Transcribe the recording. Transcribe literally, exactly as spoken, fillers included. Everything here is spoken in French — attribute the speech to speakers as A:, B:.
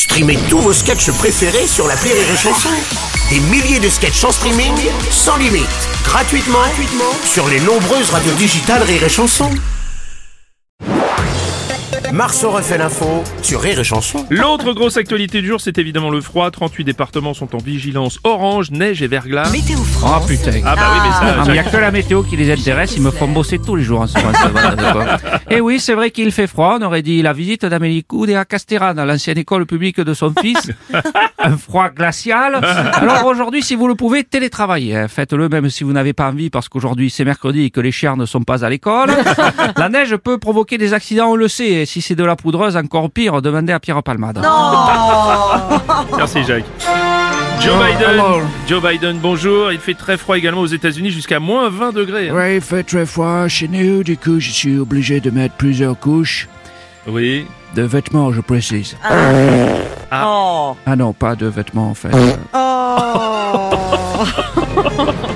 A: Streamez tous vos sketchs préférés sur l'appli Rire et Chanson. Des milliers de sketchs en streaming, sans limite, gratuitement, gratuitement sur les nombreuses radios digitales Rire et Chanson. Marceau refait l'info sur Rire et Chanson.
B: L'autre grosse actualité du jour, c'est évidemment le froid. trente-huit départements sont en vigilance orange, neige et verglas.
C: Météo
D: Oh
C: France.
D: putain.
B: Ah bah oui, mais ça...
D: Il n'y a que la météo qui les intéresse, ils me font bosser tous les jours en ce moment. ça va, d'accord. Et oui, c'est vrai qu'il fait froid, on aurait dit la visite d'Amélie Coude à Castéran, à l'ancienne école publique de son fils. Un froid glacial. Alors aujourd'hui, si vous le pouvez, télétravaillez. hein. Faites-le même si vous n'avez pas envie, parce qu'aujourd'hui c'est mercredi et que les chiens ne sont pas à l'école. La neige peut provoquer des accidents, on le sait. Et si c'est de la poudreuse, encore pire, demandez à Pierre Palmade.
B: Merci Jacques. Joe
D: Oh,
B: Biden,
D: hello.
B: Joe Biden, bonjour. Il fait très froid également aux États-Unis, jusqu'à moins vingt degrés. hein.
E: Ouais, il fait très froid chez nous, du coup je suis obligé de mettre plusieurs couches
B: Oui.
E: de vêtements, je précise.
C: Oh.
E: Ah non, pas de vêtements en fait.
C: Oh.